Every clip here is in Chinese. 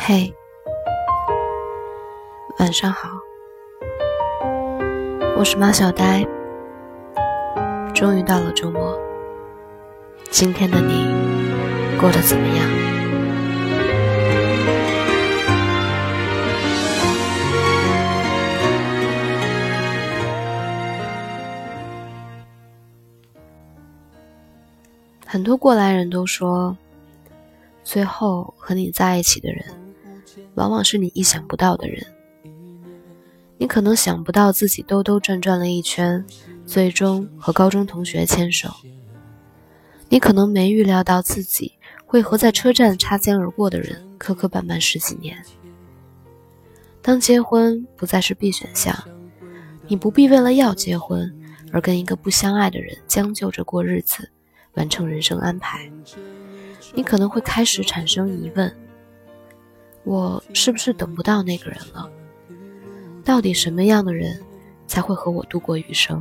嘿，晚上好，我是马小呆。终于到了周末，今天的你过得怎么样？很多过来人都说，最后和你在一起的人往往是你意想不到的人。你可能想不到自己兜兜转转了一圈，最终和高中同学牵手。你可能没预料到自己会和在车站擦肩而过的人磕磕绊绊10几年。当结婚不再是必选项，你不必为了要结婚而跟一个不相爱的人将就着过日子，完成人生安排。你可能会开始产生疑问，我是不是等不到那个人了？到底什么样的人才会和我度过余生？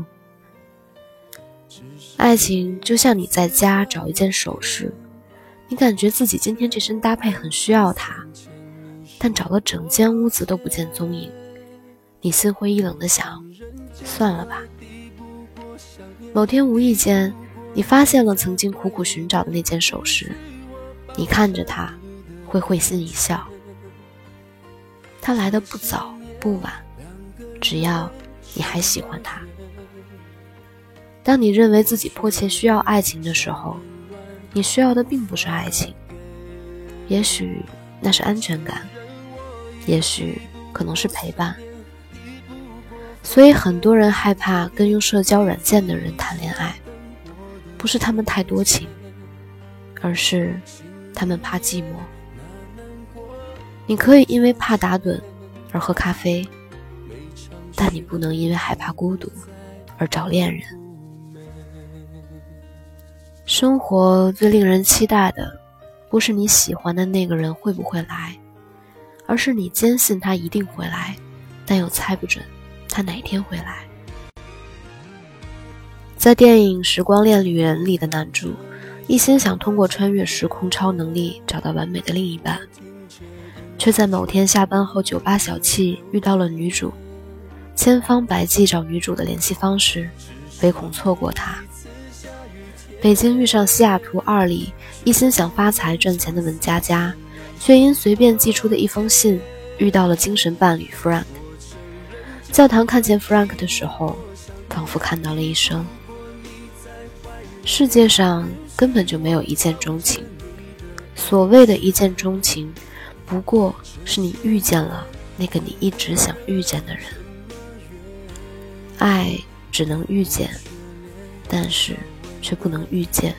爱情就像你在家找一件首饰，你感觉自己今天这身搭配很需要它，但找了整间屋子都不见踪影，你心灰意冷地想，算了吧。某天无意间，你发现了曾经苦苦寻找的那件首饰，你看着它，会心一笑。它来得不早不晚，只要你还喜欢它。当你认为自己迫切需要爱情的时候，你需要的并不是爱情，也许那是安全感，也许可能是陪伴。所以很多人害怕跟用社交软件的人谈恋爱，不是他们太多情，而是他们怕寂寞。你可以因为怕打盹而喝咖啡，但你不能因为害怕孤独而找恋人。生活最令人期待的，不是你喜欢的那个人会不会来，而是你坚信他一定会来，但又猜不准他哪天会来。在电影《时光恋旅人》里的男主，一心想通过穿越时空超能力找到完美的另一半，却在某天下班后酒吧小憩遇到了女主，千方百计找女主的联系方式，唯恐错过她。北京遇上西雅图2里一心想发财赚钱的文佳佳，却因随便寄出的一封信遇到了精神伴侣 Frank。 教堂看见 Frank 的时候，仿佛看到了一生。世界上根本就没有一见钟情，所谓的一见钟情，不过是你遇见了那个你一直想遇见的人。爱只能遇见，但是却不能遇见。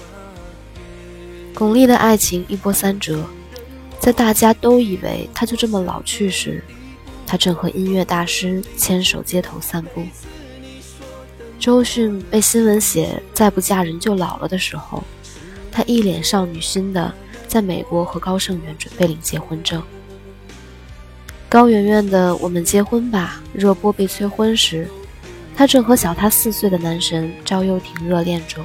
巩俐的爱情一波三折，在大家都以为他就这么老去时，他正和音乐大师牵手街头散步。周迅被新闻写再不嫁人就老了的时候，他一脸少女心的在美国和高胜元准备领结婚证。高圆圆的《我们结婚吧》热播被催婚时，他正和小他4岁的男神赵又廷热恋中。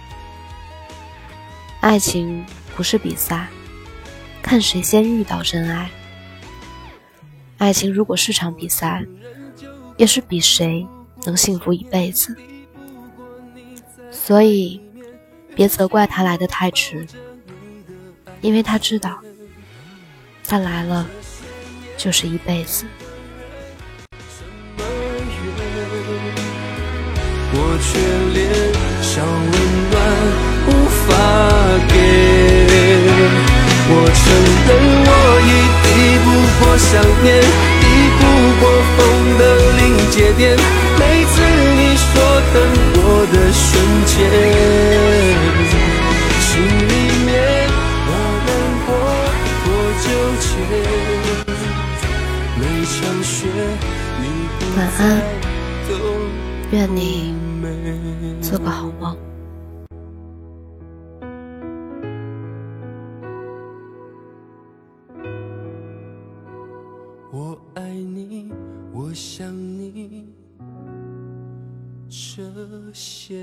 爱情不是比赛，看谁先遇到真爱。爱情如果是场比赛，也是比谁能幸福一辈子。所以别责怪他来得太迟，因为他知道他来了就是一辈子。 我却连小温暖无法给，我承认我已抵不过想念，抵不过风的临界点，每次你说等我的瞬间，心里面多难过多纠结，每场雪你不晚安， 在都愿你做个好梦。 我爱你，我想你，这些